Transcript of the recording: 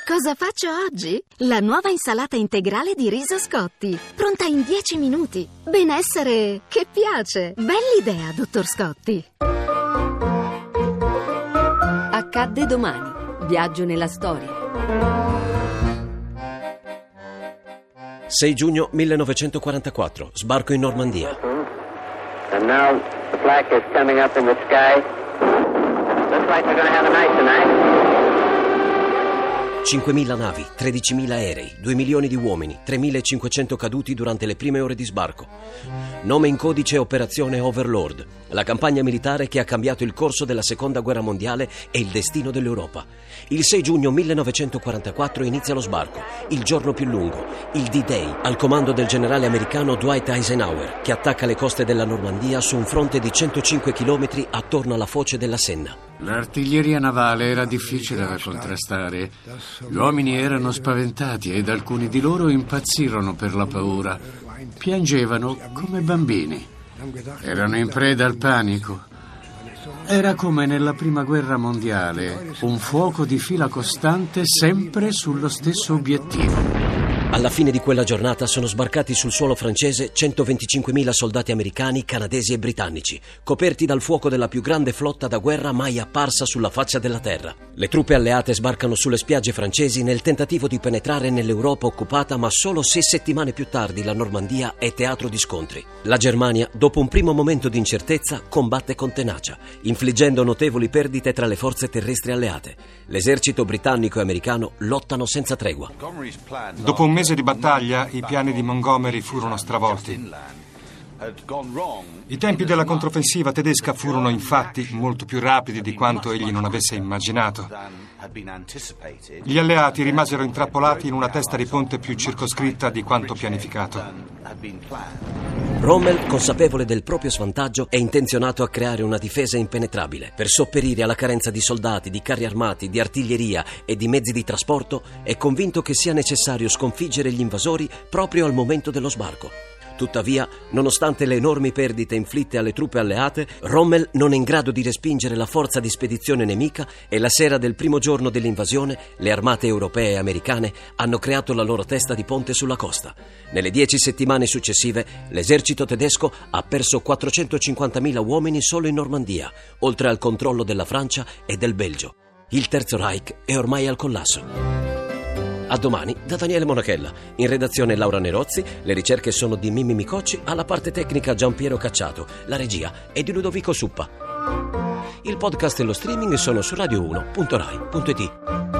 Cosa faccio oggi? La nuova insalata integrale di riso Scotti, pronta in 10 minuti. Benessere che piace. Bell'idea, dottor Scotti. Accadde domani. Viaggio nella storia. 6 giugno 1944, sbarco in Normandia. And now the flag is coming up in the sky. Looks like we're going to have a night tonight. 5.000 navi, 13.000 aerei, 2 milioni di uomini, 3.500 caduti durante le prime ore di sbarco. Nome in codice Operazione Overlord, la campagna militare che ha cambiato il corso della Seconda Guerra Mondiale e il destino dell'Europa. Il 6 giugno 1944 inizia lo sbarco, il giorno più lungo, il D-Day, al comando del generale americano Dwight Eisenhower, che attacca le coste della Normandia su un fronte di 105 chilometri attorno alla foce della Senna. L'artiglieria navale era difficile da contrastare. Gli uomini erano spaventati ed alcuni di loro impazzirono per la paura. Piangevano come bambini. Erano in preda al panico. Era come nella Prima Guerra Mondiale, un fuoco di fila costante sempre sullo stesso obiettivo. Alla fine di quella giornata sono sbarcati sul suolo francese 125.000 soldati americani, canadesi e britannici, coperti dal fuoco della più grande flotta da guerra mai apparsa sulla faccia della terra. Le truppe alleate sbarcano sulle spiagge francesi nel tentativo di penetrare nell'Europa occupata, ma solo 6 settimane più tardi la Normandia è teatro di scontri. La Germania, dopo un primo momento di incertezza, combatte con tenacia, infliggendo notevoli perdite tra le forze terrestri alleate. L'esercito britannico e americano lottano senza tregua. Dopo un mese di battaglia, i piani di Montgomery furono stravolti. I tempi della controffensiva tedesca furono infatti molto più rapidi di quanto egli non avesse immaginato. Gli alleati rimasero intrappolati in una testa di ponte più circoscritta di quanto pianificato. Rommel, consapevole del proprio svantaggio, è intenzionato a creare una difesa impenetrabile. Per sopperire alla carenza di soldati, di carri armati, di artiglieria e di mezzi di trasporto, è convinto che sia necessario sconfiggere gli invasori proprio al momento dello sbarco. Tuttavia, nonostante le enormi perdite inflitte alle truppe alleate, Rommel non è in grado di respingere la forza di spedizione nemica e la sera del primo giorno dell'invasione le armate europee e americane hanno creato la loro testa di ponte sulla costa. Nelle 10 settimane successive, l'esercito tedesco ha perso 450.000 uomini solo in Normandia, oltre al controllo della Francia e del Belgio. Il Terzo Reich è ormai al collasso. A domani da Daniele Monachella. In redazione Laura Nerozzi, le ricerche sono di Mimmi Micocci, alla parte tecnica Giampiero Cacciato, la regia è di Ludovico Suppa. Il podcast e lo streaming sono su radio1.rai.it.